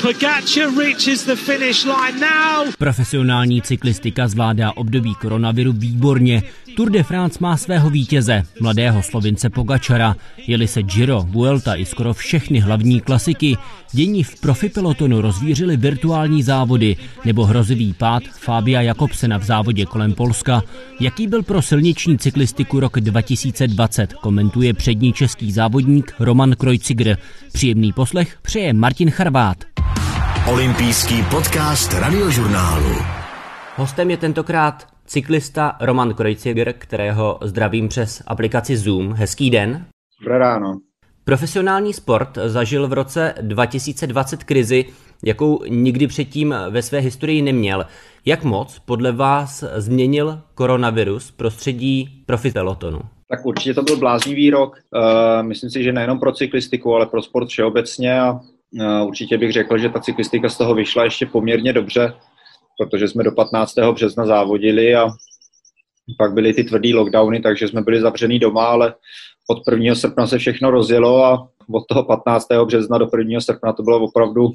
Pogačar reaches the finish line now. Profesionální cyklistika zvládá období koronaviru výborně. Tour de France má svého vítěze, mladého Slovince Pogačara. Jeli se Giro, Vuelta i skoro všechny hlavní klasiky. Dění v profipelotonu rozvířili virtuální závody nebo hrozivý pád Fabia Jakobsena v závodě kolem Polska. Jaký byl pro silniční cyklistiku rok 2020, komentuje přední český závodník Roman Kreuziger. Příjemný poslech přeje Martin Charvát. Olympijský podcast Radiožurnálu. Hostem je tentokrát cyklista Roman Kreuziger, kterého zdravím přes aplikaci Zoom. Hezký den. Dobré ráno. Profesionální sport zažil v roce 2020 krizi, jakou nikdy předtím ve své historii neměl. Jak moc podle vás změnil koronavirus prostředí profipelotonu? Tak určitě to byl bláznivý rok. Myslím si, že nejenom pro cyklistiku, ale pro sport všeobecně. A určitě bych řekl, že ta cyklistika z toho vyšla ještě poměrně dobře, protože jsme do 15. března závodili a pak byly ty tvrdý lockdowny, takže jsme byli zavřený doma, ale od 1. srpna se všechno rozjelo a od toho 15. března do 1. srpna to bylo opravdu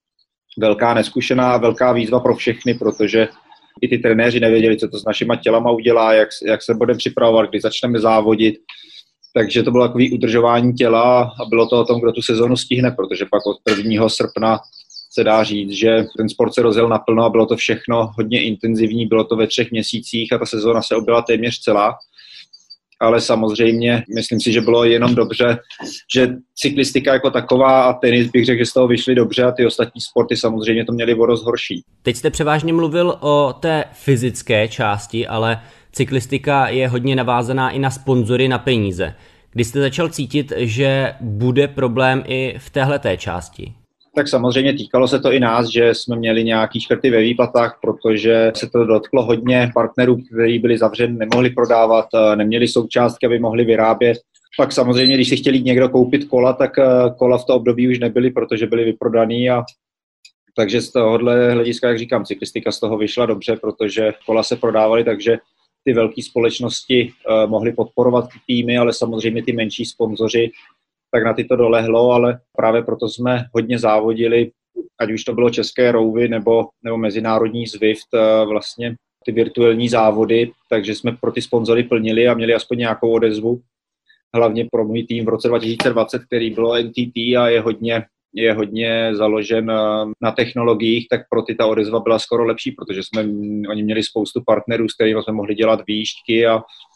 velká neskušená a velká výzva pro všechny, protože i ty trenéři nevěděli, co to s našima tělama udělá, jak se budeme připravovat, kdy začneme závodit. Takže to bylo takový udržování těla a bylo to o tom, kdo tu sezonu stihne, protože pak od 1. srpna se dá říct, že ten sport se rozjel naplno a bylo to všechno hodně intenzivní, bylo to ve 3 měsících a ta sezóna se objela téměř celá. Ale samozřejmě myslím si, že bylo jenom dobře, že cyklistika jako taková a tenis bych řekl, že z toho vyšly dobře a ty ostatní sporty samozřejmě to měly o dost horší. Teď jste převážně mluvil o té fyzické části, ale cyklistika je hodně navázaná i na sponzory, na peníze. Kdy jste začal cítit, že bude problém i v téhleté části? Tak samozřejmě týkalo se to i nás, že jsme měli nějaký škrty ve výplatách, protože se to dotklo hodně partnerů, kteří byli zavřeni, nemohli prodávat, neměli součástky, aby mohli vyrábět. Pak samozřejmě, když si chtěli někdo koupit kola, tak kola v to období už nebyly, protože byly vyprodaný a takže z tohohle hlediska, jak říkám, cyklistika z toho vyšla dobře, protože kola se prodávaly, takže ty velké společnosti mohly podporovat ty týmy, ale samozřejmě ty menší sponzoři, tak na ty to dolehlo, ale právě proto jsme hodně závodili, ať už to bylo české rouvy nebo mezinárodní Zwift, vlastně ty virtuální závody, takže jsme pro ty sponzory plnili a měli aspoň nějakou odezvu. Hlavně pro můj tým v roce 2020, který bylo NTT a je hodně založen na technologiích, tak pro ty ta odezva byla skoro lepší, protože oni měli spoustu partnerů, s kterými jsme mohli dělat výšťky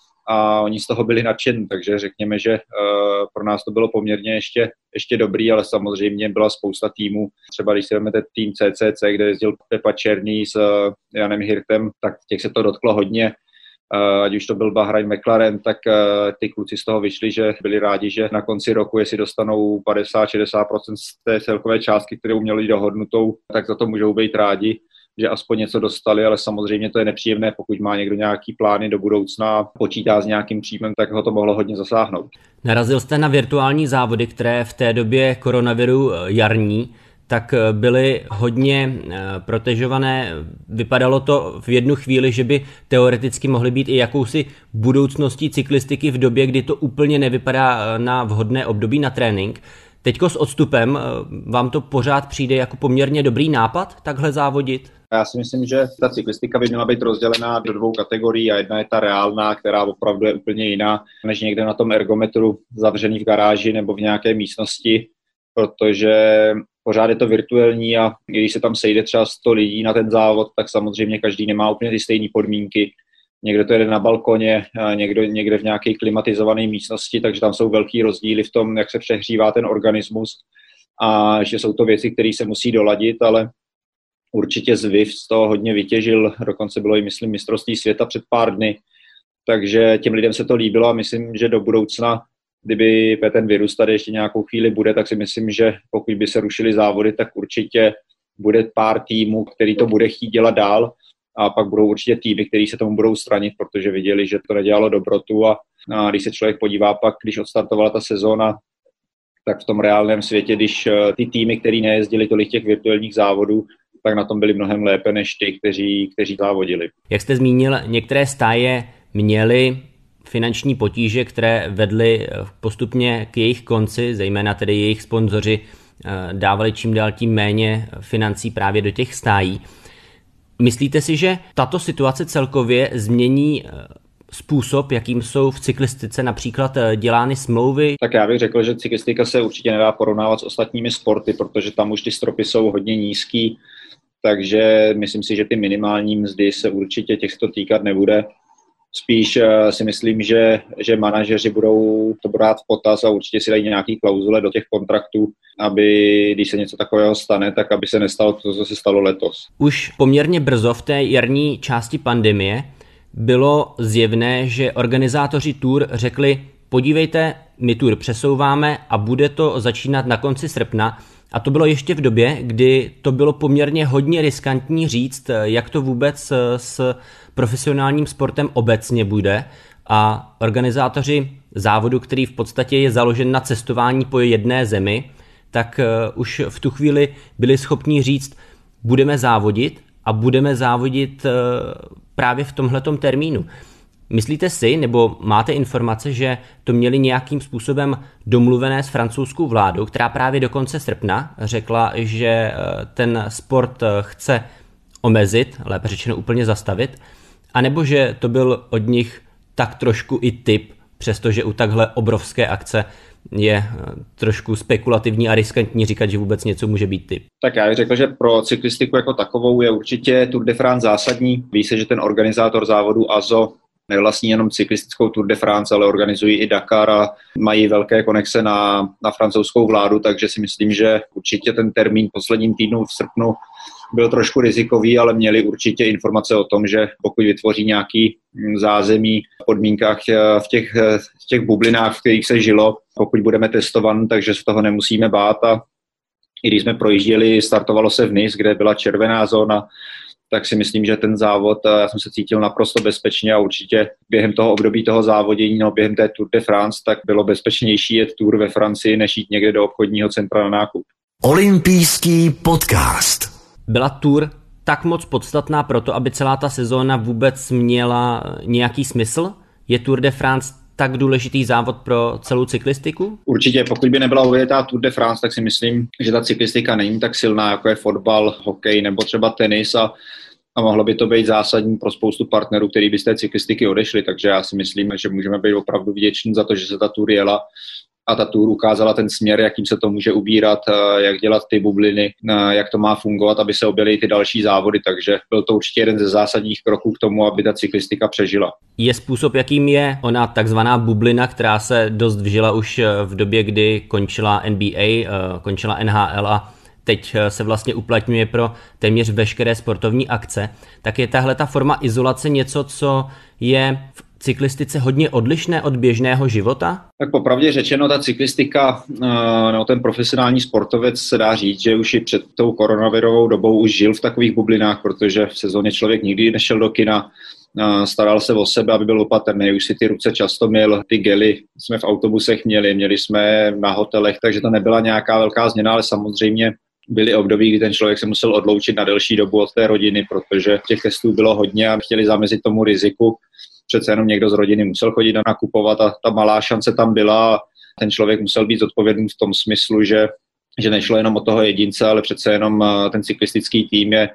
a oni z toho byli nadšení, takže řekněme, že pro nás to bylo poměrně ještě dobrý, ale samozřejmě byla spousta týmů. Třeba když si vezmete tým CCC, kde jezdil Pepa Černý s Janem Hirtem, tak těch se to dotklo hodně. Ať už to byl Bahrain McLaren, tak ty kluci z toho vyšli, že byli rádi, že na konci roku, jestli dostanou 50-60% z té celkové částky, kterou měli dohodnutou, tak za to můžou být rádi, že aspoň něco dostali, ale samozřejmě to je nepříjemné, pokud má někdo nějaký plány do budoucna a počítá s nějakým příjmem, tak ho to mohlo hodně zasáhnout. Narazil jste na virtuální závody, které v té době koronaviru jarní, tak byly hodně protežované. Vypadalo to v jednu chvíli, že by teoreticky mohly být i jakousi budoucností cyklistiky v době, kdy to úplně nevypadá na vhodné období na trénink. Teďko s odstupem vám to pořád přijde jako poměrně dobrý nápad takhle závodit? Já si myslím, že ta cyklistika by měla být rozdělená do 2 kategorií a jedna je ta reálná, která opravdu je úplně jiná, než někde na tom ergometru zavřený v garáži nebo v nějaké místnosti, protože pořád je to virtuální a když se tam sejde třeba 100 lidí na ten závod, tak samozřejmě každý nemá úplně ty stejné podmínky. Někdo to jede na balkoně, někde v nějaké klimatizované místnosti, takže tam jsou velký rozdíly v tom, jak se přehřívá ten organismus a že jsou to věci, které se musí doladit, ale určitě Zwift z toho hodně vytěžil, dokonce bylo i, myslím, mistrovství světa před pár dny, takže těm lidem se to líbilo a myslím, že do budoucna, kdyby ten virus tady ještě nějakou chvíli bude, tak si myslím, že pokud by se rušily závody, tak určitě bude pár týmů, který to bude chtít dělat dál a pak budou určitě týmy, který se tomu budou stranit, protože viděli, že to nedělalo dobrotu a když se člověk podívá pak, když odstartovala ta sezóna, tak v tom reálném světě, když ty týmy, který nejezdili tolik těch virtuálních závodů, tak na tom byli mnohem lépe než ty, kteří závodili. Jak jste zmínil, některé stáje měly finanční potíže, které vedly postupně k jejich konci, zejména tedy jejich sponzoři dávali čím dál tím méně financí právě do těch stájí. Myslíte si, že tato situace celkově změní způsob, jakým jsou v cyklistice například dělány smlouvy? Tak já bych řekl, že cyklistika se určitě nedá porovnávat s ostatními sporty, protože tam už ty stropy jsou hodně nízký, takže myslím si, že ty minimální mzdy se určitě těchto týkat nebude. Spíš si myslím, že manažeři budou to brát v potaz a určitě si dají nějaký klauzule do těch kontraktů, aby když se něco takového stane, tak aby se nestalo to, co se stalo letos. Už poměrně brzo v té jarní části pandemie bylo zjevné, že organizátoři Tour řekli, podívejte, my Tour přesouváme a bude to začínat na konci srpna. A to bylo ještě v době, kdy to bylo poměrně hodně riskantní říct, jak to vůbec s profesionálním sportem obecně bude. A organizátoři závodu, který v podstatě je založen na cestování po jedné zemi, tak už v tu chvíli byli schopni říct, budeme závodit a budeme závodit právě v tomhletom termínu. Myslíte si, nebo máte informace, že to měli nějakým způsobem domluvené s francouzskou vládou, která právě do konce srpna řekla, že ten sport chce omezit, lépe řečeno úplně zastavit, anebo že to byl od nich tak trošku i tip, přestože u takhle obrovské akce je trošku spekulativní a riskantní říkat, že vůbec něco může být tip. Tak já bych řekl, že pro cyklistiku jako takovou je určitě Tour de France zásadní. Ví se, že ten organizátor závodu ASO nevlastní jenom cyklistickou Tour de France, ale organizují i Dakar a mají velké konexe na francouzskou vládu, takže si myslím, že určitě ten termín posledním týdnu v srpnu byl trošku rizikový, ale měli určitě informace o tom, že pokud vytvoří nějaký zázemí v podmínkách v těch bublinách, v kterých se žilo, pokud budeme testovat, takže z toho nemusíme bát. A i když jsme projížděli, startovalo se v Nice, kde byla červená zóna, tak si myslím, že ten závod, já jsem se cítil naprosto bezpečně a určitě během toho období toho závodění, během té Tour de France, tak bylo bezpečnější jet Tour ve Francii, než jít někde do obchodního centra na nákup. Olympijský podcast. Byla Tour tak moc podstatná pro to, aby celá ta sezóna vůbec měla nějaký smysl? Je Tour de France tak důležitý závod pro celou cyklistiku? Určitě, pokud by nebyla uvědětá Tour de France, tak si myslím, že ta cyklistika není tak silná, jako je fotbal, hokej nebo třeba tenis a mohlo by to být zásadní pro spoustu partnerů, kteří by z té cyklistiky odešli, takže já si myslím, že můžeme být opravdu vděční za to, že se ta Tour jela a ta Tour ukázala ten směr, jakým se to může ubírat, jak dělat ty bubliny, jak to má fungovat, aby se objevily ty další závody, takže byl to určitě jeden ze zásadních kroků k tomu, aby ta cyklistika přežila. Je způsob, jakým je ona takzvaná bublina, která se dost vžila už v době, kdy končila NBA, končila NHL a teď se vlastně uplatňuje pro téměř veškeré sportovní akce, tak je tahle ta forma izolace něco, co je v cyklistice hodně odlišné od běžného života? Tak popravdě řečeno, ta cyklistika, ten profesionální sportovec se dá říct, že už i před tou koronavirovou dobou už žil v takových bublinách, protože v sezóně člověk nikdy nešel do kina, staral se o sebe, aby byl opatrný, už si ty ruce často měl, ty gely jsme v autobusech měli jsme na hotelech, takže to nebyla nějaká velká změna, ale samozřejmě byly období, kdy ten člověk se musel odloučit na delší dobu od té rodiny, protože těch testů bylo hodně a chtěli zamezit tomu riziku. Přece jenom někdo z rodiny musel chodit a nakupovat a ta malá šance tam byla a ten člověk musel být zodpovědný v tom smyslu, že nešlo jenom o toho jedince, ale přece jenom ten cyklistický tým je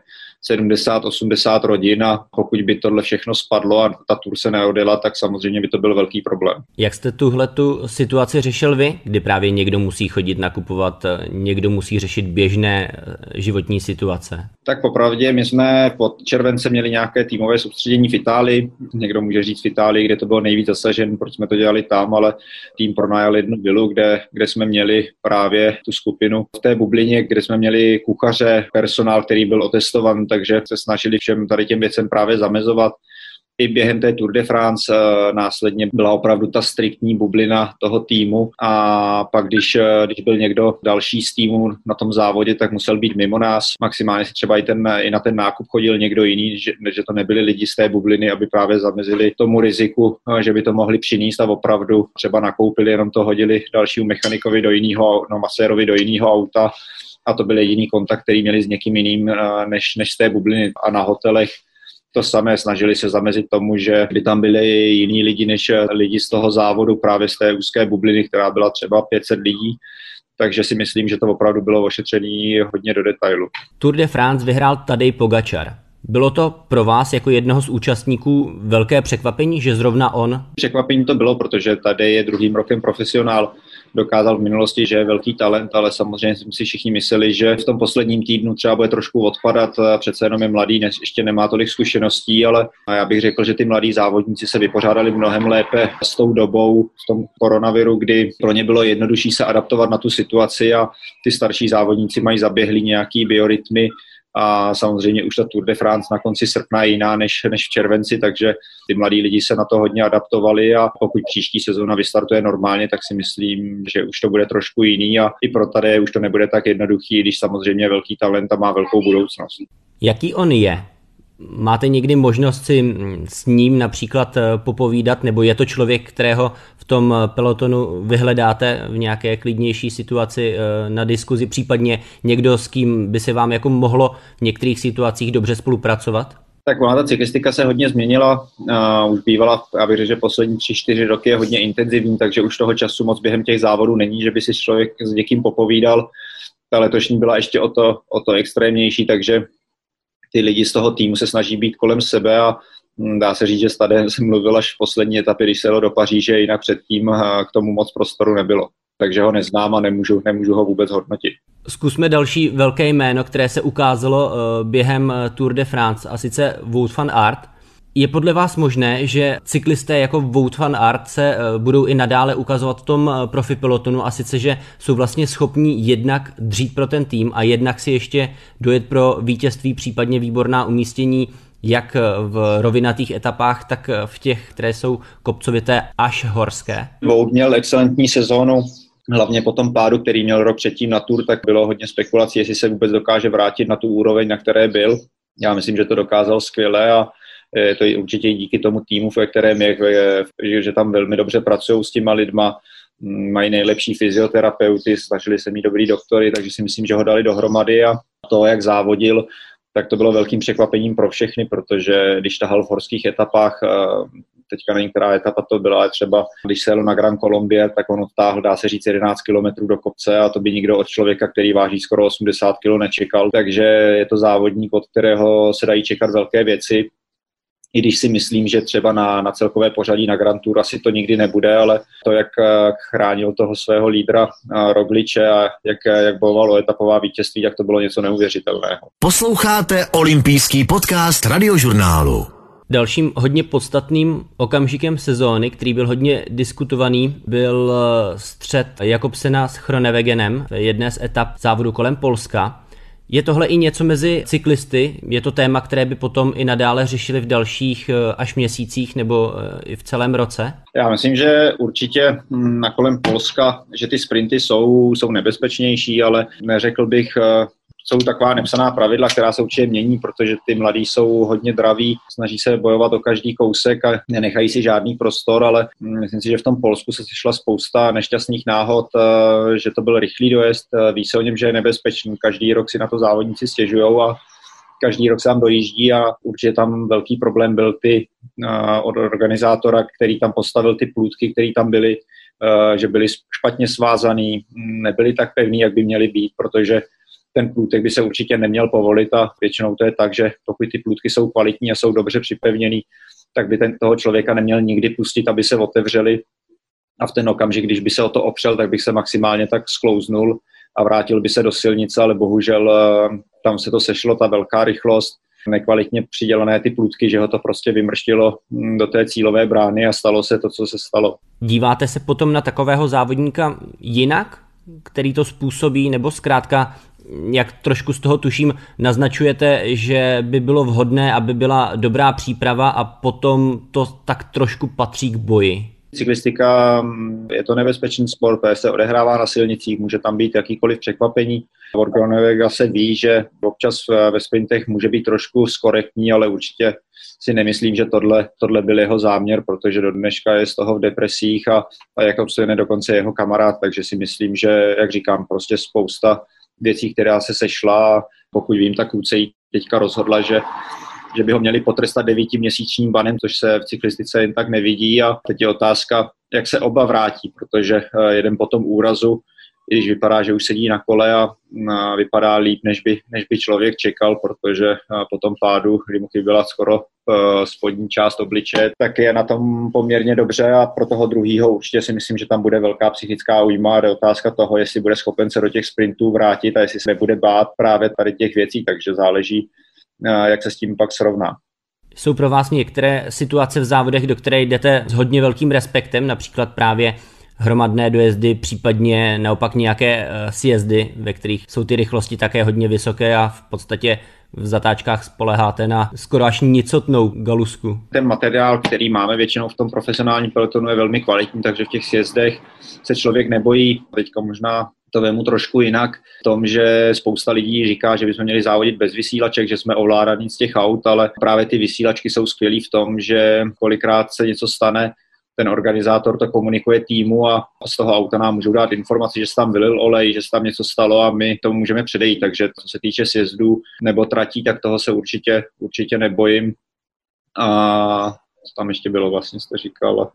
70-80 rodin a pokud by tohle všechno spadlo a ta Tour se neodjela, tak samozřejmě by to byl velký problém. Jak jste tuhletu situaci řešil vy, kdy právě někdo musí chodit nakupovat, někdo musí řešit běžné životní situace? Tak popravdě, my jsme pod červencem měli nějaké týmové soustředění v Itálii. Někdo může říct v Itálii, kde to bylo nejvíc zasažen, proč jsme to dělali tam, ale tým pronajal jednu vilu, kde jsme měli právě tu skupinu v té bublině, kde jsme měli kuchaře, personál, který byl otestovan, takže se snažili všem tady těm věcem právě zamezovat. I během té Tour de France následně byla opravdu ta striktní bublina toho týmu a pak, když byl někdo další z týmu na tom závodě, tak musel být mimo nás. Maximálně si třeba i na ten nákup chodil někdo jiný, že to nebyli lidi z té bubliny, aby právě zamezili tomu riziku, že by to mohli přinést a opravdu třeba nakoupili, jenom to hodili dalšímu mechanikovi do jiného, masérovi do jiného auta a to byl jediný kontakt, který měli s někým jiným než z té bubliny a na hotelech. To samé, snažili se zamezit tomu, že by tam byli jiní lidi než lidi z toho závodu právě z té úzké bubliny, která byla třeba 500 lidí. takže si myslím, že to opravdu bylo ošetřený hodně do detailu. Tour de France vyhrál Tadej Pogačar. Bylo to pro vás jako jednoho z účastníků velké překvapení, že zrovna on? Překvapení to bylo, protože Tadej je druhým rokem profesionál. Dokázal v minulosti, že je velký talent, ale samozřejmě si všichni mysleli, že v tom posledním týdnu třeba bude trošku odpadat. Přece jenom je mladý, ještě nemá tolik zkušeností, ale já bych řekl, že ty mladí závodníci se vypořádali mnohem lépe s tou dobou, v tom koronaviru, kdy pro ně bylo jednodušší se adaptovat na tu situaci a ty starší závodníci mají zaběhlý nějaký biorytmy. A samozřejmě už ta Tour de France na konci srpna je jiná než v červenci, takže ty mladí lidi se na to hodně adaptovali a pokud příští sezóna vystartuje normálně, tak si myslím, že už to bude trošku jiný a i pro tady už to nebude tak jednoduchý, když samozřejmě je velký talent a má velkou budoucnost. Jaký on je? Máte někdy možnost si s ním například popovídat, nebo je to člověk, kterého v tom pelotonu vyhledáte v nějaké klidnější situaci na diskuzi, případně někdo, s kým by se vám jako mohlo v některých situacích dobře spolupracovat? Tak ona ta cyklistika se hodně změnila, už bývala, já bych řekl, že poslední 3-4 roky je hodně intenzivní, takže už toho času moc během těch závodů není, že by si člověk s někým popovídal. Ta letošní byla ještě o to extrémnější, takže ty lidi z toho týmu se snaží být kolem sebe a dá se říct, že s Tadem jsem mluvil až v poslední etapě, když se jelo do Paříže, jinak předtím k tomu moc prostoru nebylo. Takže ho neznám a nemůžu ho vůbec hodnotit. Zkusme další velké jméno, které se ukázalo během Tour de France, a sice Wout van Aert. Je podle vás možné, že cyklisté jako Wout van Aert se budou i nadále ukazovat v tom profi pelotonu, a sice, že jsou vlastně schopní jednak dřít pro ten tým a jednak si ještě dojet pro vítězství, případně výborná umístění jak v rovinatých etapách, tak v těch, které jsou kopcovité až horské? Wout měl excelentní sezónu, hlavně po tom pádu, který měl rok předtím na Tour, tak bylo hodně spekulací, jestli se vůbec dokáže vrátit na tu úroveň, na které byl. Já myslím, že to dokázal skvěle a je to určitě i díky tomu týmu, ve kterém je, že tam velmi dobře pracují s těma lidma, mají nejlepší fyzioterapeuty, snažili se mít dobrý doktory, takže si myslím, že ho dali dohromady a to, jak závodil, tak to bylo velkým překvapením pro všechny, protože když tahal v horských etapách, teďka nevím, která etapa to byla, ale třeba když se jelo na Gran Colombie, tak on odtáhl, dá se říct, 11 kilometrů do kopce a to by nikdo od člověka, který váží skoro 80 kg, nečekal. Takže je to závodník, od kterého se dají čekat velké věci. I když si myslím, že třeba na celkové pořadí na Grand Tour asi to nikdy nebude, ale to, jak chránil toho svého lídra Rogliče a jak bojoval o etapová vítězství, tak to bylo něco neuvěřitelného. Posloucháte olympijský podcast Radiožurnálu. Dalším hodně podstatným okamžikem sezóny, který byl hodně diskutovaný, byl střet Jakobsena s Groenewegenem v jedné z etap závodu kolem Polska. Je tohle i něco mezi cyklisty? Je to téma, které by potom i nadále řešili v dalších až měsících nebo i v celém roce? Já myslím, že určitě na kolem Polska, že ty sprinty jsou nebezpečnější, ale neřekl bych, jsou taková nepsaná pravidla, která se určitě mění, protože ty mladí jsou hodně draví, snaží se bojovat o každý kousek a nenechají si žádný prostor, ale myslím si, že v tom Polsku se sešla spousta nešťastných náhod, že to byl rychlý dojezd, ví se o něm, že je nebezpečný, každý rok si na to závodníci stěžujou a každý rok se tam dojíždí a určitě tam velký problém byl od organizátora, který tam postavil ty plůtky, které tam byly, že byly špatně svázaný, nebyly tak pevný, jak by měly být, protože ten plůtek by se určitě neměl povolit a většinou to je tak, že pokud ty plůtky jsou kvalitní a jsou dobře připevněný, tak by toho člověka neměl nikdy pustit, aby se otevřeli a v ten okamžik, když by se o to opřel, tak bych se maximálně tak sklouznul a vrátil by se do silnice, ale bohužel tam se to sešlo, ta velká rychlost, nekvalitně přidělené ty plůtky, že ho to prostě vymrštilo do té cílové brány a stalo se to, co se stalo. Díváte se potom na takového závodníka jinak, který to způsobí, nebo zkrátka, jak trošku z toho tuším, naznačujete, že by bylo vhodné, aby byla dobrá příprava a potom to tak trošku patří k boji? Cyklistika je to nebezpečný sport, protože se odehrává na silnicích, může tam být jakýkoliv překvapení. Od Groenewega se ví, že občas ve sprintech může být trošku skorektní, ale určitě si nemyslím, že tohle byl jeho záměr, protože do dneška je z toho v depresích a Jakobsen je dokonce jeho kamarád, takže si myslím, že, jak říkám, prostě spousta věcí, která se sešla. Pokud vím, tak UCI teďka rozhodla, že by ho měli potrestat 9měsíčním banem, což se v cyklistice jen tak nevidí a teď je otázka, jak se oba vrátí, protože jeden po tom úrazu i když vypadá, že už sedí na kole a vypadá líp, než by člověk čekal, protože po tom pádu, kdy mu chyběla skoro spodní část obličeje, tak je na tom poměrně dobře a pro toho druhýho určitě si myslím, že tam bude velká psychická újma a je otázka toho, jestli bude schopen se do těch sprintů vrátit a jestli se nebude bát právě tady těch věcí, takže záleží, jak se s tím pak srovná. Jsou pro vás některé situace v závodech, do které jdete s hodně velkým respektem, například právě hromadné dojezdy, případně naopak nějaké sjezdy, ve kterých jsou ty rychlosti také hodně vysoké a v podstatě v zatáčkách spoléháte na skoro až nicotnou galusku? Ten materiál, který máme většinou v tom profesionálním pelotonu, je velmi kvalitní, takže v těch sjezdech se člověk nebojí. Teďka možná to vemu trošku jinak v tom, že spousta lidí říká, že bychom měli závodit bez vysílaček, že jsme ovládaní z těch aut, ale právě ty vysílačky jsou skvělý v tom, že kolikrát se něco stane, ten organizátor to komunikuje týmu a z toho auta nám můžou dát informaci, že se tam vylil olej, že se tam něco stalo a my tomu můžeme předejít. Takže co se týče sjezdů nebo tratí, tak toho se určitě nebojím. A co tam ještě bylo vlastně, jste říkal?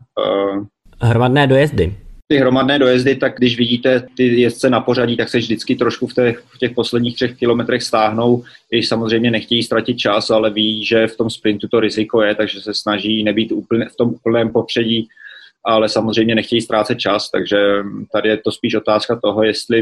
Hromadné dojezdy. Ty hromadné dojezdy, tak když vidíte ty jezdce na pořadí, tak se vždycky trošku v těch posledních 3 kilometrech stáhnou, když samozřejmě nechtějí ztratit čas, ale ví, že v tom sprintu to riziko je, takže se snaží nebýt v tom úplném popředí, ale samozřejmě nechtějí ztrácet čas, takže tady je to spíš otázka toho, jestli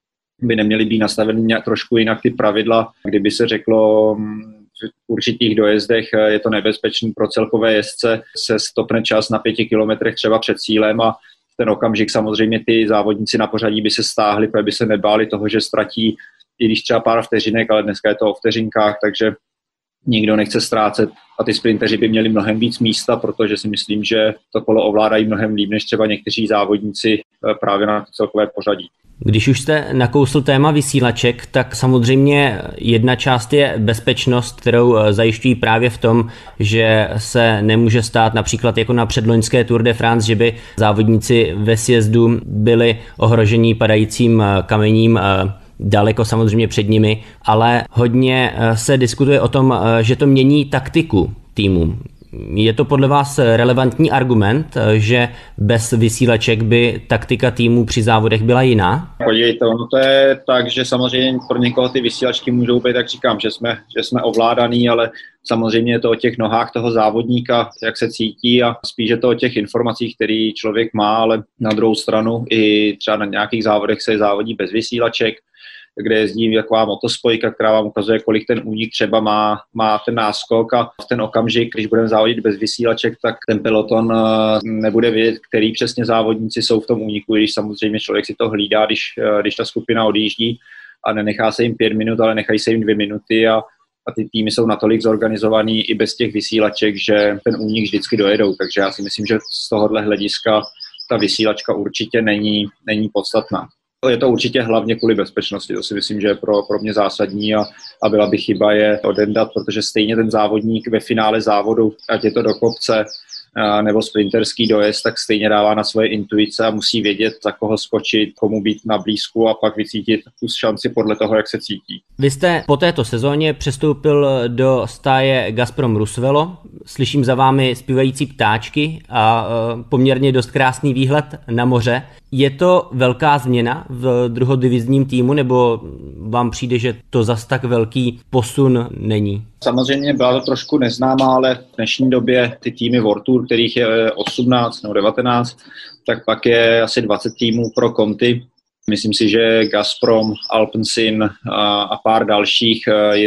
by neměly být nastaveny trošku jinak ty pravidla, kdyby se řeklo, v určitých dojezdech je to nebezpečný pro celkové jezdce, se stopne čas na 5 kilometrech třeba před cílem a ten okamžik samozřejmě ty závodníci na pořadí by se stáhli, protože by se nebáli toho, že ztratí, i když třeba pár vteřinek, ale dneska je to o vteřinkách, takže nikdo nechce ztrácet a ty sprinteři by měli mnohem víc místa, protože si myslím, že to kolo ovládají mnohem líp než třeba někteří závodníci právě na celkové pořadí. Když už jste nakousl téma vysílaček, tak samozřejmě jedna část je bezpečnost, kterou zajišťují právě v tom, že se nemůže stát například jako na předloňské Tour de France, že by závodníci ve sjezdu byli ohroženi padajícím kamením daleko samozřejmě před nimi, ale hodně se diskutuje o tom, že to mění taktiku týmu. Je to podle vás relevantní argument, že bez vysílaček by taktika týmu při závodech byla jiná? Podívejte, ono to je tak, že samozřejmě pro někoho ty vysílačky můžou být, tak říkám, že jsme ovládaný, ale samozřejmě je to o těch nohách toho závodníka, jak se cítí a spíš je to o těch informacích, které člověk má, ale na druhou stranu i třeba na nějakých závodech se závodí bez vysílaček, kde jezdí taková motospojka, která vám ukazuje, kolik ten únik třeba má ten náskok a v ten okamžik, když budeme závodit bez vysílaček, tak ten peloton nebude vědět, který přesně závodníci jsou v tom úniku, když samozřejmě člověk si to hlídá, když ta skupina odjíždí a nenechá se jim 5 minut, ale nechají se jim 2 minuty a ty týmy jsou natolik zorganizovaný i bez těch vysílaček, že ten únik vždycky dojedou, takže já si myslím, že z tohohle hlediska ta vysílačka určitě není podstatná. Je to určitě hlavně kvůli bezpečnosti, to si myslím, že je pro mě zásadní a byla by chyba je odendat, protože stejně ten závodník ve finále závodu, ať je to do kopce nebo sprinterský dojezd, tak stejně dává na svoje intuice a musí vědět, za koho skočit, komu být na blízku a pak vycítit tu šanci podle toho, jak se cítí. Vy jste po této sezóně přestoupil do stáje Gazprom Rusvelo, slyším za vámi zpívající ptáčky a poměrně dost krásný výhled na moře. Je to velká změna v druhodivizním týmu, nebo vám přijde, že to zas tak velký posun není? Samozřejmě byla to trošku neznámá, ale v dnešní době ty týmy World Tour, kterých je 18 nebo 19, tak pak je asi 20 týmů pro Conti. Myslím si, že Gazprom, Alpecin a pár dalších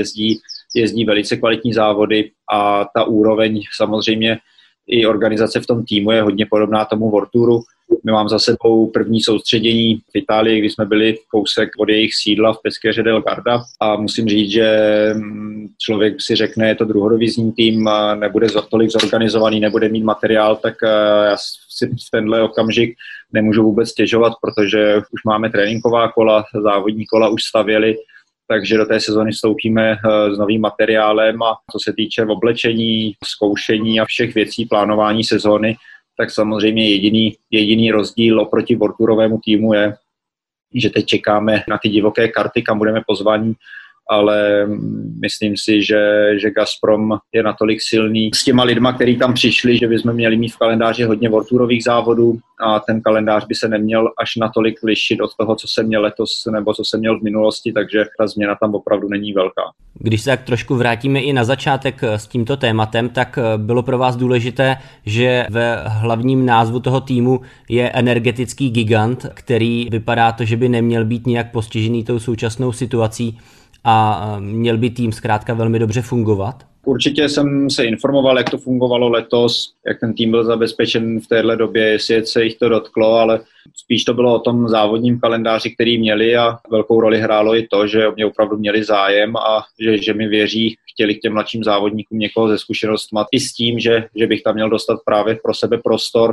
jezdí velice kvalitní závody a ta úroveň samozřejmě i organizace v tom týmu je hodně podobná tomu World Touru. My mám za sebou první soustředění v Itálii, kdy jsme byli kousek od jejich sídla v Peschiera del Garda a musím říct, že člověk si řekne, je to druhodivizní tým, nebude tolik zorganizovaný, nebude mít materiál, tak já si v tenhle okamžik nemůžu vůbec stěžovat, protože už máme tréninková kola, závodní kola už stavěli, takže do té sezony vstoupíme s novým materiálem a co se týče oblečení, zkoušení a všech věcí, plánování sezóny, tak samozřejmě jediný rozdíl oproti worldtourovému týmu je, že teď čekáme na ty divoké karty, kam budeme pozvaní ale myslím si, že Gazprom je natolik silný s těma lidma, kteří tam přišli, že bychom měli mít v kalendáři hodně worldtourových závodů a ten kalendář by se neměl až natolik lišit od toho, co jsem měl letos nebo co jsem měl v minulosti, takže ta změna tam opravdu není velká. Když se tak trošku vrátíme i na začátek s tímto tématem, tak bylo pro vás důležité, že ve hlavním názvu toho týmu je energetický gigant, který vypadá to, že by neměl být nějak postižený tou současnou situací a měl by tým zkrátka velmi dobře fungovat? Určitě jsem se informoval, jak to fungovalo letos, jak ten tým byl zabezpečen v téhle době, jestli se jich to dotklo, ale spíš to bylo o tom závodním kalendáři, který měli a velkou roli hrálo i to, že mě opravdu měli zájem a že mi věří, chtěli k těm mladším závodníkům někoho ze zkušenostmi i s tím, že bych tam měl dostat právě pro sebe prostor.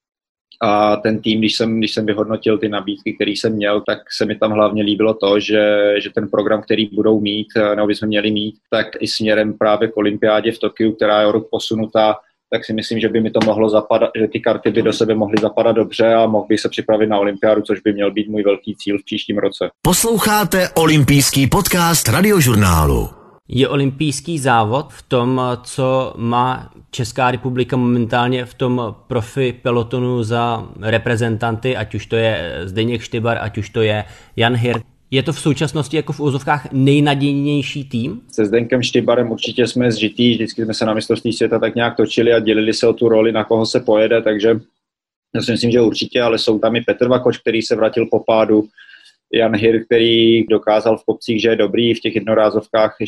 A ten tým, když jsem vyhodnotil ty nabídky, které jsem měl, tak se mi tam hlavně líbilo to, že ten program, který budou mít, nebo bychom měli mít, tak i směrem právě k olympiádě v Tokiu, která je o rok posunutá, tak si myslím, že by mi to mohlo zapadat, že ty karty by do sebe mohly zapadat dobře a mohl bych se připravit na olympiádu, což by měl být můj velký cíl v příštím roce. Posloucháte olympijský podcast Radiožurnálu. Je olympijský závod v tom, co má Česká republika momentálně v tom profi pelotonu za reprezentanty, ať už to je Zdeněk Štybar, ať už to je Jan Hirt. Je to v současnosti jako v úzovkách nejnadějnější tým? Se Zdenkem Štybarem určitě jsme zžitý, vždycky jsme se na mistrovství světa tak nějak točili a dělili se o tu roli, na koho se pojede, takže já si myslím, že určitě, ale jsou tam i Petr Vakoč, který se vrátil po pádu, Jan Hir, který dokázal v kopcích, že je dobrý, v těch jednorázovkách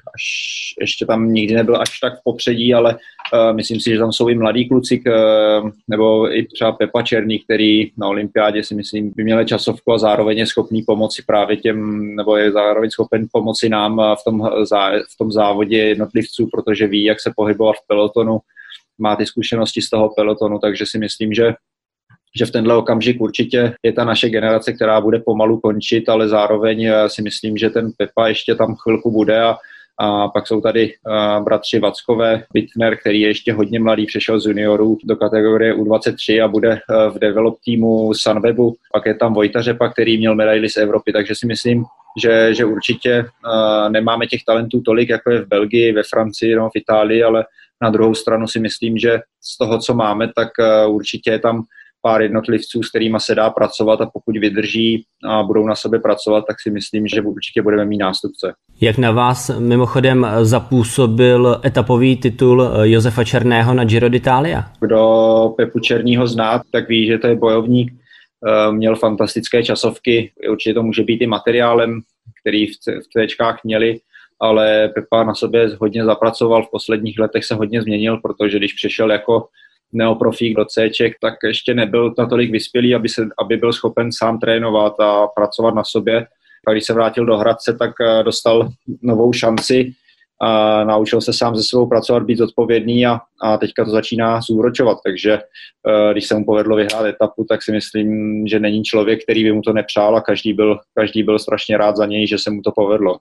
ještě tam nikdy nebyl až tak v popředí, ale myslím si, že tam jsou i mladí kluci, nebo i třeba Pepa Černý, který na olympiádě si myslím by měl časovku a zároveň je schopný pomoci právě těm, nebo je zároveň schopen pomoci nám v tom závodě jednotlivců, protože ví, jak se pohybovat v pelotonu, má ty zkušenosti z toho pelotonu, takže si myslím, že v tenhle okamžik určitě je ta naše generace, která bude pomalu končit, ale zároveň si myslím, že ten Pepa ještě tam chvilku bude a pak jsou tady bratři Vackové, Bittner, který je ještě hodně mladý, přešel z juniorů do kategorie U23 a bude v develop týmu Sunwebu. Pak je tam Vojta Řepa, který měl medaili z Evropy, takže si myslím, že určitě nemáme těch talentů tolik, jako je v Belgii, ve Francii, no, v Itálii, ale na druhou stranu si myslím, že z toho, co máme, tak určitě je tam pár jednotlivců, s kterýma se dá pracovat a pokud vydrží a budou na sebe pracovat, tak si myslím, že určitě budeme mít nástupce. Jak na vás mimochodem zapůsobil etapový titul Josefa Černého na Giro d'Italia? Kdo Pepu Černýho zná, tak ví, že to je bojovník, měl fantastické časovky, určitě to může být i materiálem, který v Cčkách měli, ale Pepa na sobě hodně zapracoval, v posledních letech se hodně změnil, protože když přišel jako neoprofík do Cček, tak ještě nebyl natolik vyspělý, aby byl schopen sám trénovat a pracovat na sobě. A když se vrátil do Hradce, tak dostal novou šanci a naučil se sám se sebou pracovat, být zodpovědný a teďka to začíná zúročovat. Takže když se mu povedlo vyhrát etapu, tak si myslím, že není člověk, který by mu to nepřál a každý byl strašně rád za něj, že se mu to povedlo.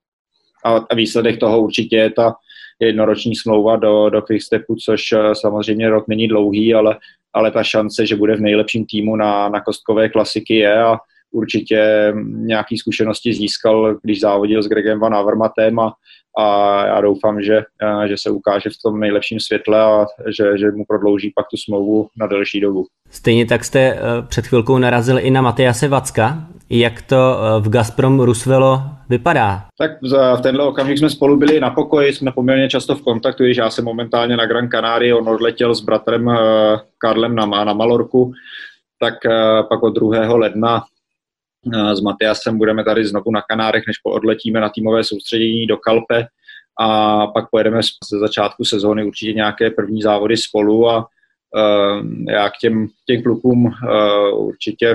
A výsledek toho určitě je ta jednoroční smlouva do Quickstepu, což samozřejmě rok není dlouhý, ale ta šance, že bude v nejlepším týmu na kostkové klasiky je a určitě nějaké zkušenosti získal, když závodil s Gregem Van Avermaetem a já doufám, že se ukáže v tom nejlepším světle a že mu prodlouží pak tu smlouvu na delší dobu. Stejně tak jste před chvilkou narazil i na Matyase Vacka. Jak to v Gazprom Rusvelo vypadá? Tak v tenhle okamžik jsme spolu byli na pokoji, jsme poměrně často v kontaktu, když já jsem momentálně na Gran Canarii, on odletěl s bratrem Karlem na Malorku, tak pak od 2. ledna s Matyasem budeme tady znovu na Kanárech, než odletíme na týmové soustředění do Calpe a pak pojedeme ze začátku sezóny určitě nějaké první závody spolu a já k těm klukům určitě,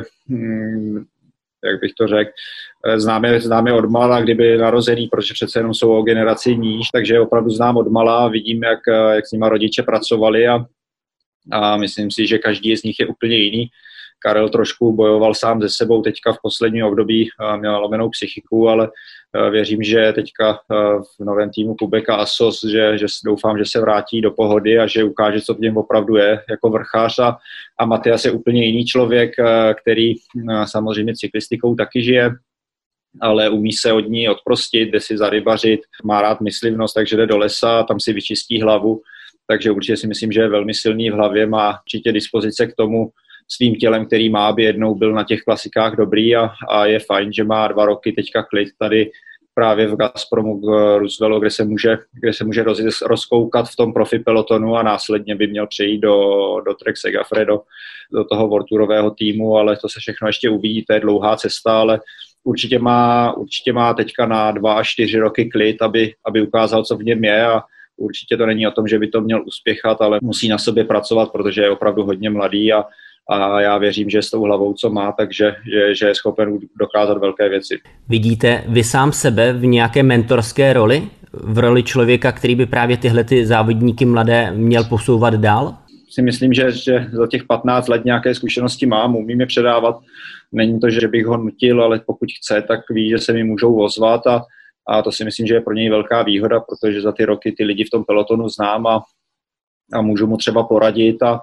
jak bych to řekl, známe od mala, kdyby narozený, protože přece jenom jsou o generaci níž, takže opravdu znám od mala, vidím, jak s nima rodiče pracovali a myslím si, že každý z nich je úplně jiný. Karel trošku bojoval sám se sebou, teďka v posledním období měl lomenou psychiku, ale věřím, že teďka v novém týmu Kubek a Asos, že doufám, že se vrátí do pohody a že ukáže, co v něm opravdu je jako vrchář a Matyas je úplně jiný člověk, který samozřejmě cyklistikou taky žije, ale umí se od ní odprostit, jde si zarybařit, má rád myslivnost, takže jde do lesa, tam si vyčistí hlavu, takže určitě si myslím, že je velmi silný v hlavě, má určitě dispozice k tomu svým tělem, který má, aby jednou byl na těch klasikách dobrý a je fajn, že má 2 roky teďka klid tady právě v Gazpromu v Roosevelu, kde se může rozkoukat v tom profi pelotonu a následně by měl přejít do Trek Segafredo, do toho worldtourového týmu, ale to se všechno ještě uvidí, to je dlouhá cesta, ale určitě má teďka na 2 až 4 roky klid, aby ukázal, co v něm je a určitě to není o tom, že by to měl uspěchat, ale musí na sobě pracovat, protože je opravdu hodně mladý a já věřím, že s tou hlavou, co má, takže že je schopen dokázat velké věci. Vidíte vy sám sebe v nějaké mentorské roli? V roli člověka, který by právě tyhle ty závodníky mladé měl posouvat dál? Si myslím, že za těch 15 let nějaké zkušenosti mám, umím je předávat. Není to, že bych ho nutil, ale pokud chce, tak ví, že se mi můžou ozvat a to si myslím, že je pro něj velká výhoda, protože za ty roky ty lidi v tom pelotonu znám a můžu mu třeba poradit a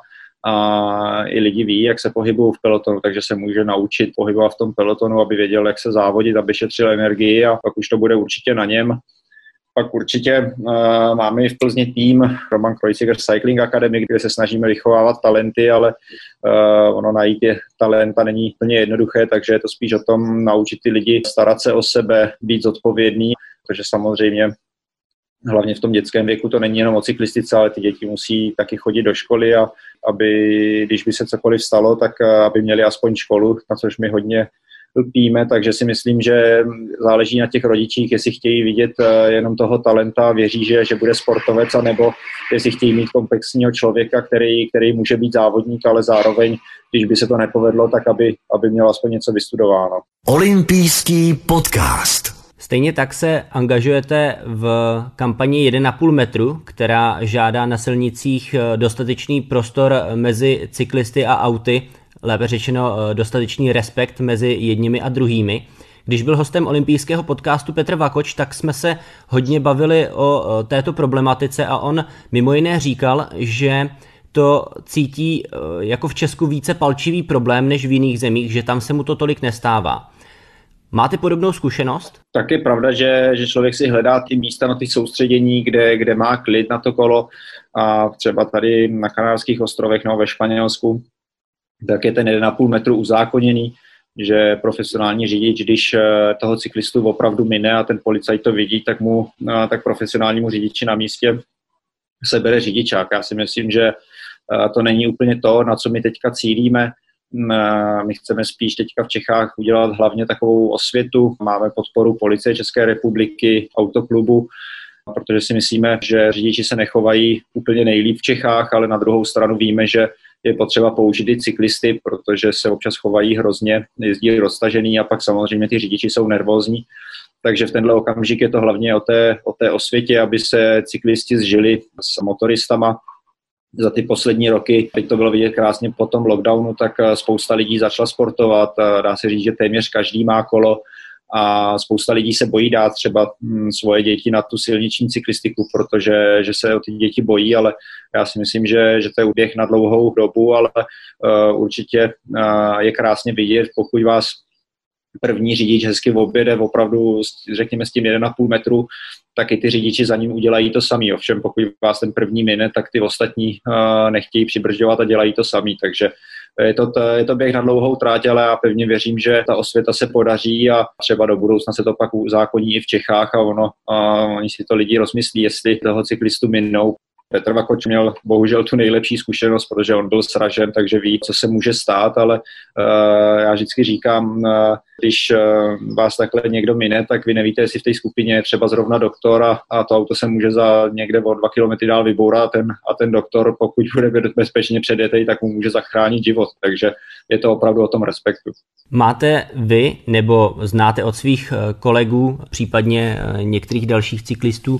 i lidi ví, jak se pohybují v pelotonu, takže se může naučit pohybovat v tom pelotonu, aby věděl, jak se závodit, aby šetřil energii a pak už to bude určitě na něm. Pak určitě máme i v Plzni tým Roman Kreuziger Cycling Academy, kde se snažíme vychovávat talenty, ale ono najít je talenta není plně jednoduché, takže je to spíš o tom naučit ty lidi starat se o sebe, být zodpovědný, protože samozřejmě hlavně v tom dětském věku to není jenom o cyklistice, ale ty děti musí taky chodit do školy a aby, když by se cokoliv stalo, tak aby měli aspoň školu, na což my hodně lpíme, takže si myslím, že záleží na těch rodičích, jestli chtějí vidět jenom toho talenta a věří, že bude sportovec, anebo jestli chtějí mít komplexního člověka, který může být závodník, ale zároveň, když by se to nepovedlo, tak aby měl aspoň něco vystudováno. Olympijský podcast. Stejně tak se angažujete v kampani 1,5 metru, která žádá na silnicích dostatečný prostor mezi cyklisty a auty, lépe řečeno dostatečný respekt mezi jedněmi a druhými. Když byl hostem olympijského podcastu Petr Vakoč, tak jsme se hodně bavili o této problematice a on mimo jiné říkal, že to cítí jako v Česku více palčivý problém než v jiných zemích, že tam se mu to tolik nestává. Máte podobnou zkušenost? Tak je pravda, že člověk si hledá ty místa na ty soustředění, kde má klid na to kolo a třeba tady na Kanárských ostrovech nebo ve Španělsku, tak je ten 1,5 metru uzákoněný, že profesionální řidič, když toho cyklistu opravdu mine a ten policajt to vidí, tak profesionálnímu řidiči na místě se bere řidičák. Já si myslím, že to není úplně to, na co my teďka cílíme. My chceme spíš teďka v Čechách udělat hlavně takovou osvětu. Máme podporu Policie České republiky, autoklubu, protože si myslíme, že řidiči se nechovají úplně nejlíp v Čechách, ale na druhou stranu víme, že je potřeba použít i cyklisty, protože se občas chovají hrozně, jezdí roztažený a pak samozřejmě ty řidiči jsou nervózní. Takže v tenhle okamžik je to hlavně o té osvětě, aby se cyklisti zžili s motoristama. Za ty poslední roky, teď to bylo vidět krásně po tom lockdownu, tak spousta lidí začala sportovat, dá se říct, že téměř každý má kolo a spousta lidí se bojí dát třeba svoje děti na tu silniční cyklistiku, protože že se o ty děti bojí, ale já si myslím, že to je úběh na dlouhou dobu, ale určitě je krásně vidět, pokud vás první řidič hezky objede opravdu, řekněme, s tím 1,5 metru, tak i ty řidiči za ním udělají to samý. Ovšem, pokud vás ten první mine, tak ty ostatní nechtějí přibržďovat a dělají to samý. Takže je to běh na dlouhou tráť, ale já pevně věřím, že ta osvěta se podaří a třeba do budoucna se to pak uzákoní i v Čechách a oni si to lidi rozmyslí, jestli toho cyklistu minou. Petr Vakoč měl bohužel tu nejlepší zkušenost, protože on byl sražen, takže ví, co se může stát, ale já vždycky říkám, když vás takhle někdo mine, tak vy nevíte, jestli v té skupině je třeba zrovna doktor a to auto se může za někde o 2 kilometry dál vybourat a ten doktor, pokud bude bezpečně předjetej, tak mu může zachránit život, takže je to opravdu o tom respektu. Máte vy nebo znáte od svých kolegů, případně některých dalších cyklistů,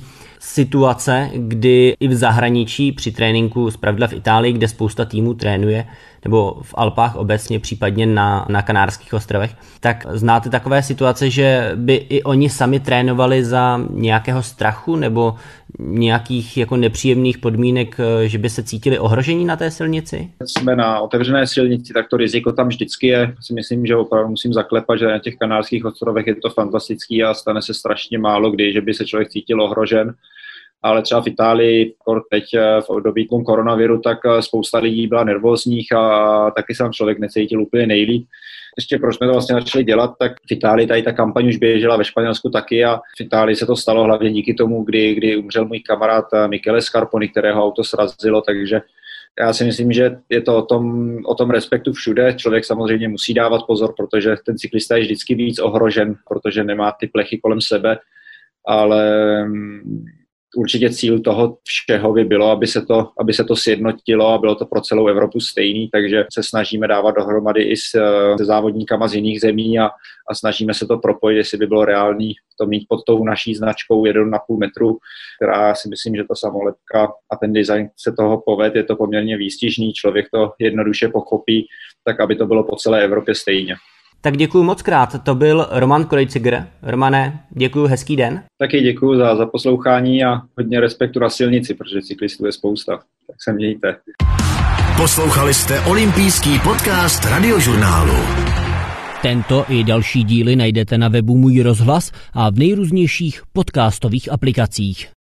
situace, kdy i v zahraničí při tréninku, zpravidla v Itálii, kde spousta týmů trénuje, nebo v Alpách obecně, případně na Kanárských ostrovech, tak znáte takové situace, že by i oni sami trénovali za nějakého strachu nebo nějakých jako nepříjemných podmínek, že by se cítili ohrožení na té silnici? Jsme na otevřené silnici, tak to riziko tam vždycky je. Si myslím, že opravdu musím zaklepat, že na těch Kanárských ostrovech je to fantastický a stane se strašně málo kdy, že by se člověk cítil ohrožen. Ale třeba v Itálii, teď v období koronaviru, tak spousta lidí byla nervózních a taky se tam člověk necítil úplně nejlíp. Ještě proč jsme to vlastně začali dělat, tak v Itálii tady ta kampaň už běžela, ve Španělsku taky a v Itálii se to stalo hlavně díky tomu, kdy umřel můj kamarád Michele Scarponi, kterého auto srazilo, takže já si myslím, že je to o tom respektu všude. Člověk samozřejmě musí dávat pozor, protože ten cyklista je vždycky víc ohrožen, protože nemá ty plechy kolem sebe, ale určitě cíl toho všeho by bylo, aby se to sjednotilo a bylo to pro celou Evropu stejný, takže se snažíme dávat dohromady i se závodníkama z jiných zemí a snažíme se to propojit, jestli by bylo reálný to mít pod tou naší značkou 1,5 metru, která si myslím, že ta samolepka a ten design se toho povede, je to poměrně výstižný, člověk to jednoduše pochopí, tak aby to bylo po celé Evropě stejně. Tak děkuji moc krát, to byl Roman Kreuziger. Romane, děkuji, hezký den. Taky děkuji za poslouchání a hodně respektu na silnici, protože cyklistů je spousta, tak se mějte. Poslouchali jste olympijský podcast Radiožurnálu. Tento i další díly najdete na webu Můj rozhlas a v nejrůznějších podcastových aplikacích.